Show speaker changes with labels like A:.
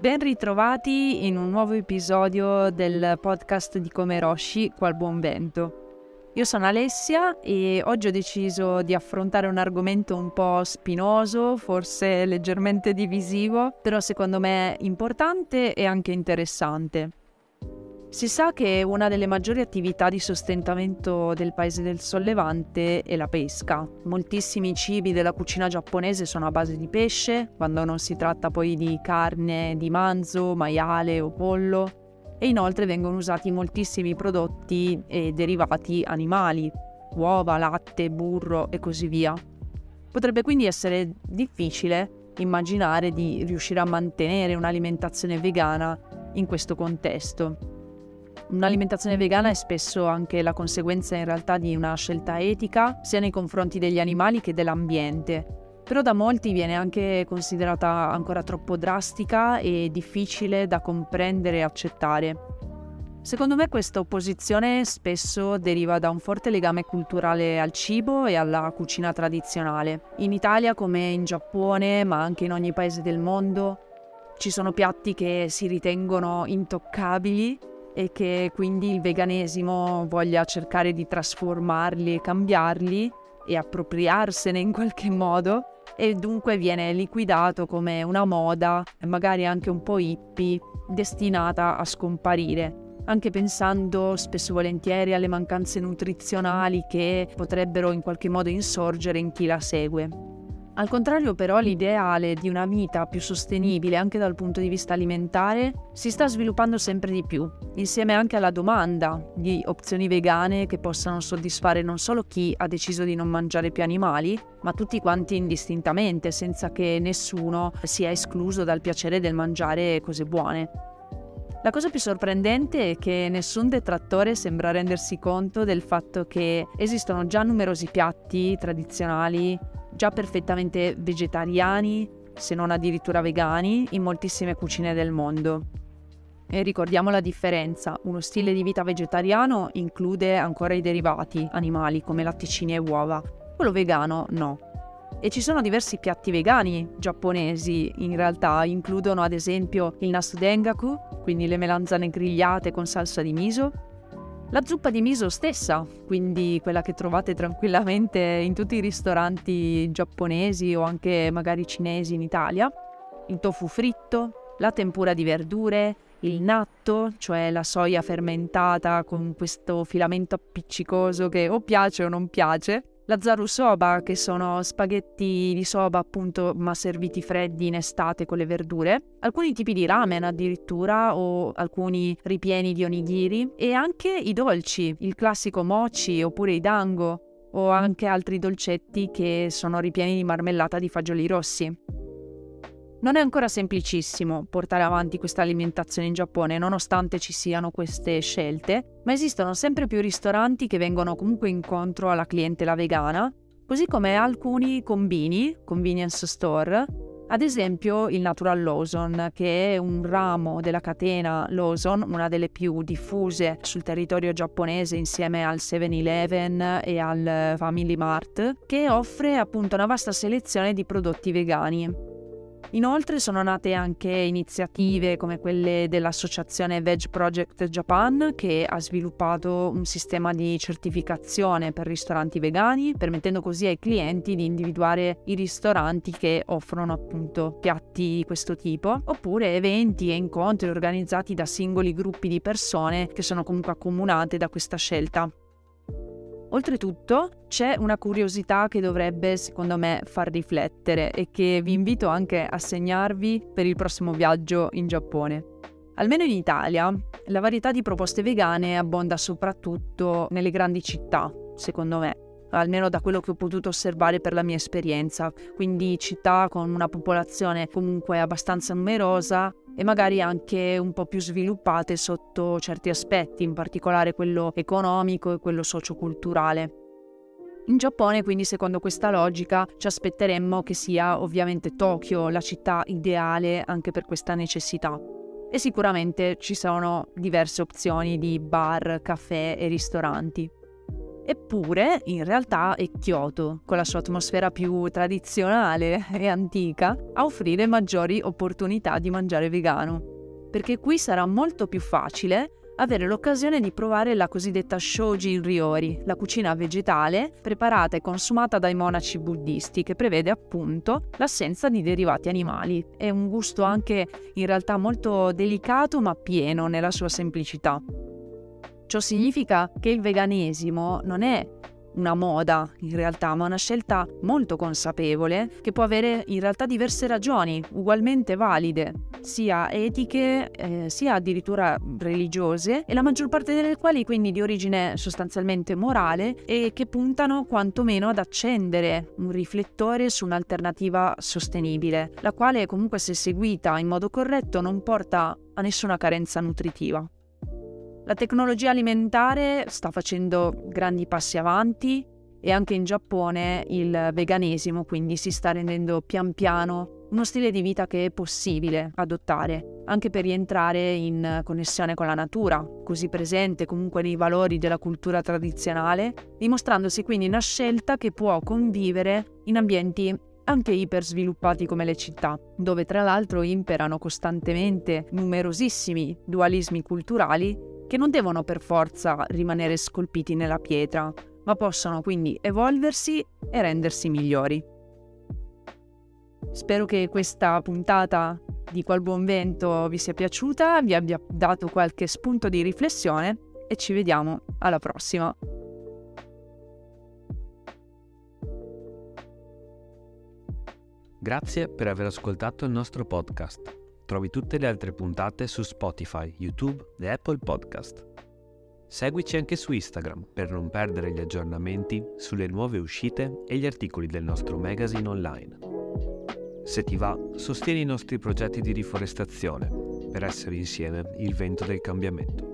A: Ben ritrovati in un nuovo episodio del podcast di Come Roshi, qua al buon vento. Io sono Alessia e oggi ho deciso di affrontare un argomento un po' spinoso, forse leggermente divisivo, però secondo me importante e anche interessante. Si sa che una delle maggiori attività di sostentamento del paese del Sollevante è la pesca. Moltissimi cibi della cucina giapponese sono a base di pesce, quando non si tratta poi di carne di manzo, maiale o pollo, e inoltre vengono usati moltissimi prodotti e derivati animali, uova, latte, burro e così via. Potrebbe quindi essere difficile immaginare di riuscire a mantenere un'alimentazione vegana in questo contesto. Un'alimentazione vegana è spesso anche la conseguenza in realtà di una scelta etica, sia nei confronti degli animali che dell'ambiente, però da molti viene anche considerata ancora troppo drastica e difficile da comprendere e accettare. Secondo me questa opposizione spesso deriva da un forte legame culturale al cibo e alla cucina tradizionale. In Italia, come in Giappone, ma anche in ogni paese del mondo, ci sono piatti che si ritengono intoccabili e che quindi il veganesimo voglia cercare di trasformarli e cambiarli e appropriarsene in qualche modo, e dunque viene liquidato come una moda, magari anche un po' hippie, destinata a scomparire, anche pensando spesso e volentieri alle mancanze nutrizionali che potrebbero in qualche modo insorgere in chi la segue. Al contrario, però, l'ideale di una vita più sostenibile anche dal punto di vista alimentare si sta sviluppando sempre di più, insieme anche alla domanda di opzioni vegane che possano soddisfare non solo chi ha deciso di non mangiare più animali, ma tutti quanti indistintamente, senza che nessuno sia escluso dal piacere del mangiare cose buone. La cosa più sorprendente è che nessun detrattore sembra rendersi conto del fatto che esistono già numerosi piatti tradizionali già perfettamente vegetariani, se non addirittura vegani, in moltissime cucine del mondo. E ricordiamo la differenza: uno stile di vita vegetariano include ancora i derivati animali come latticini e uova, quello vegano no. E ci sono diversi piatti vegani giapponesi, in realtà includono ad esempio il nasu dengaku, quindi le melanzane grigliate con salsa di miso, la zuppa di miso stessa, quindi quella che trovate tranquillamente in tutti i ristoranti giapponesi o anche magari cinesi in Italia, il tofu fritto, la tempura di verdure, il natto, cioè la soia fermentata con questo filamento appiccicoso che o piace o non piace, la zaru soba, che sono spaghetti di soba appunto ma serviti freddi in estate con le verdure, alcuni tipi di ramen addirittura o alcuni ripieni di onigiri, e anche i dolci, il classico mochi oppure i dango o anche altri dolcetti che sono ripieni di marmellata di fagioli rossi. Non è ancora semplicissimo portare avanti questa alimentazione in Giappone, nonostante ci siano queste scelte, ma esistono sempre più ristoranti che vengono comunque incontro alla clientela vegana, così come alcuni combini, convenience store, ad esempio il Natural Lawson, che è un ramo della catena Lawson, una delle più diffuse sul territorio giapponese insieme al 7-Eleven e al Family Mart, che offre appunto una vasta selezione di prodotti vegani. Inoltre sono nate anche iniziative come quelle dell'associazione Veg Project Japan, che ha sviluppato un sistema di certificazione per ristoranti vegani, permettendo così ai clienti di individuare i ristoranti che offrono appunto piatti di questo tipo, oppure eventi e incontri organizzati da singoli gruppi di persone che sono comunque accomunate da questa scelta. Oltretutto c'è una curiosità che dovrebbe, secondo me, far riflettere e che vi invito anche a segnarvi per il prossimo viaggio in Giappone. Almeno in Italia, la varietà di proposte vegane abbonda soprattutto nelle grandi città, secondo me, almeno da quello che ho potuto osservare per la mia esperienza, quindi città con una popolazione comunque abbastanza numerosa e magari anche un po' più sviluppate sotto certi aspetti, in particolare quello economico e quello socioculturale. In Giappone, quindi, secondo questa logica, ci aspetteremmo che sia ovviamente Tokyo la città ideale anche per questa necessità. E sicuramente ci sono diverse opzioni di bar, caffè e ristoranti. Eppure, in realtà, è Kyoto, con la sua atmosfera più tradizionale e antica, a offrire maggiori opportunità di mangiare vegano. Perché qui sarà molto più facile avere l'occasione di provare la cosiddetta shoji ryori, la cucina vegetale preparata e consumata dai monaci buddisti, che prevede appunto l'assenza di derivati animali. È un gusto anche in realtà molto delicato ma pieno nella sua semplicità. Ciò significa che il veganesimo non è una moda in realtà, ma una scelta molto consapevole che può avere in realtà diverse ragioni, ugualmente valide, sia etiche sia addirittura religiose, e la maggior parte delle quali quindi di origine sostanzialmente morale e che puntano quantomeno ad accendere un riflettore su un'alternativa sostenibile, la quale comunque, se seguita in modo corretto, non porta a nessuna carenza nutritiva. La tecnologia alimentare sta facendo grandi passi avanti e anche in Giappone il veganesimo quindi si sta rendendo pian piano uno stile di vita che è possibile adottare, anche per rientrare in connessione con la natura, così presente comunque nei valori della cultura tradizionale, dimostrandosi quindi una scelta che può convivere in ambienti anche ipersviluppati come le città, dove tra l'altro imperano costantemente numerosissimi dualismi culturali che non devono per forza rimanere scolpiti nella pietra, ma possono quindi evolversi e rendersi migliori. Spero che questa puntata di Qual Buon Vento vi sia piaciuta, vi abbia dato qualche spunto di riflessione e ci vediamo alla prossima.
B: Grazie per aver ascoltato il nostro podcast. Trovi tutte le altre puntate su Spotify, YouTube e Apple Podcast. Seguici anche su Instagram per non perdere gli aggiornamenti sulle nuove uscite e gli articoli del nostro magazine online. Se ti va, sostieni i nostri progetti di riforestazione per essere insieme il vento del cambiamento.